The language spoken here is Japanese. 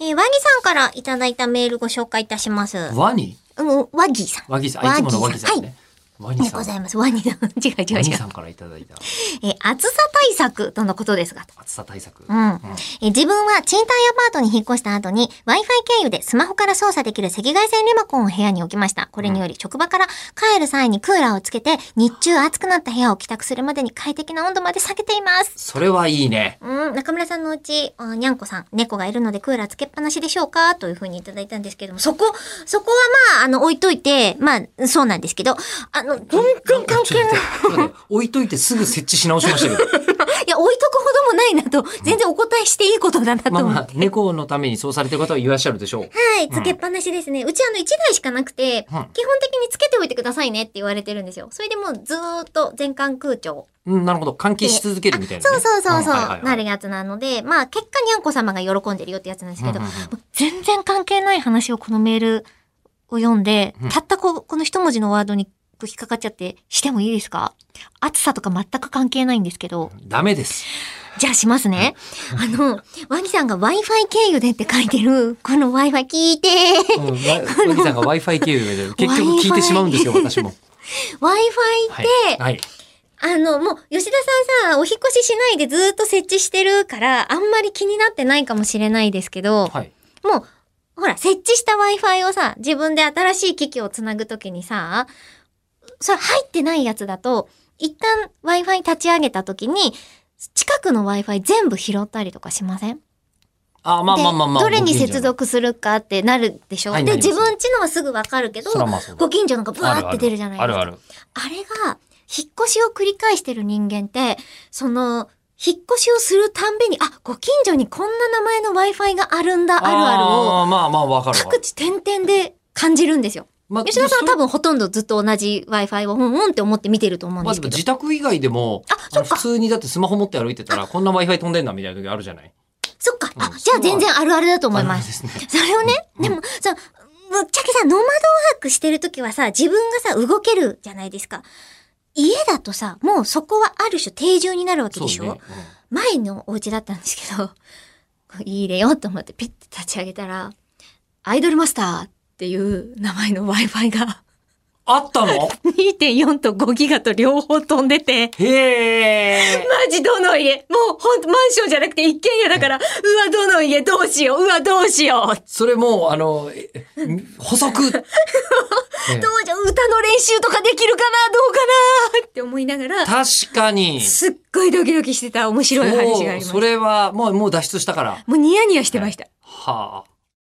和木さんからいただいたメールご紹介いたします。 ワニ和木さん。 和木さん。いつもの和木さんね。 はい。 ワニさん。 ございます。ワニさん。違う。 ワニさんからいただいた。 暑さ対策とのことですが。 暑さ対策。 自分は賃貸アパートに引っ越した後に Wi-Fi 経由でスマホから操作できる赤外線リモコンを部屋に置きました。これにより職場から帰る際にクーラーをつけて日中暑くなった部屋を帰宅するまでに快適な温度まで下げています。 それはいいね。 中村さんのうち、にゃんこさん、猫がいるのでクーラーつけっぱなしでしょうかというふうにいただいたんですけども、そこはまあ、置いといて、まあ、そうなんですけど、全然関係ない。 置いといてすぐ設置し直しましたけど。 いや、置いとくほどもないなと、全然お答えしていいことだなと思って。 まあ、猫のためにそうされてる方はいらっしゃるでしょう。 はい、つけっぱなしですね。うち1台しかなくて、基本的につけておいてくださいねって言われてるんですよ。それでもうずーっと全館空調。 なるほど。換気し続けるみたいな、ね。 そう、なるやつなので、まあ、結果にゃんこ様が喜んでるよってやつなんですけど、全然関係ない話をこのメールを読んで、たったこの一文字のワードに引っかかっちゃってしてもいいですか？暑さとか全く関係ないんですけど。 ダメです。 じゃあしますね。ワギさんが Wi-Fi 経由でって書いてる、この Wi-Fi 聞いて。 ワギさんが Wi-Fi 経由で、結局聞いてしまうんですよ、私も。 Wi-Fi って、もう、吉田さんさ、お引越ししないでずっと設置してるから、あんまり気になってないかもしれないですけど、もう、ほら、設置した Wi-Fi をさ、自分で新しい機器をつなぐときにさ、それ入ってないやつだと、一旦 Wi-Fi 立ち上げたときに、近くの Wi-Fi 全部拾ったりとかしません？ まあ。 どれに接続するかってなるでしょ？で、自分家のはすぐわかるけど、ご近所のがブワーって出るじゃないですか。あれが、引っ越しを繰り返してる人間って、引っ越しをするたんびに、ご近所にこんな名前の Wi-Fi があるんだ、あるあるを、各地点々で感じるんですよ。吉田さん多分ほとんどずっと同じ Wi-Fi をって思って見てると思うんですけど。 自宅以外でも、普通にだってスマホ持って歩いてたら、こんな Wi-Fi 飛んでんだみたいな時あるじゃない？ そっか。じゃあ全然あるあるだと思います。それをね、でも、ぶっちゃけさ、ノマドワークしてる時はさ、自分がさ、動けるじゃないですか。家だとさ、もうそこはある種定住になるわけでしょ？前のお家だったんですけど、いいでよと思ってピッて立ち上げたら、アイドルマスターっていう名前の Wi-Fi があったの？ 2.4 と5ギガと両方飛んでて。 へー。 マジどの家？もうほんとマンションじゃなくて一軒家だから、どの家どうしよう。どうしよう。 それもう、補足。 どうじゃ、歌の練習とかできるかなどうかなって思いながら。 確かに。 すっごいドキドキしてた面白い話があります。 それはもう脱出したから。 もうニヤニヤしてました。 はあ。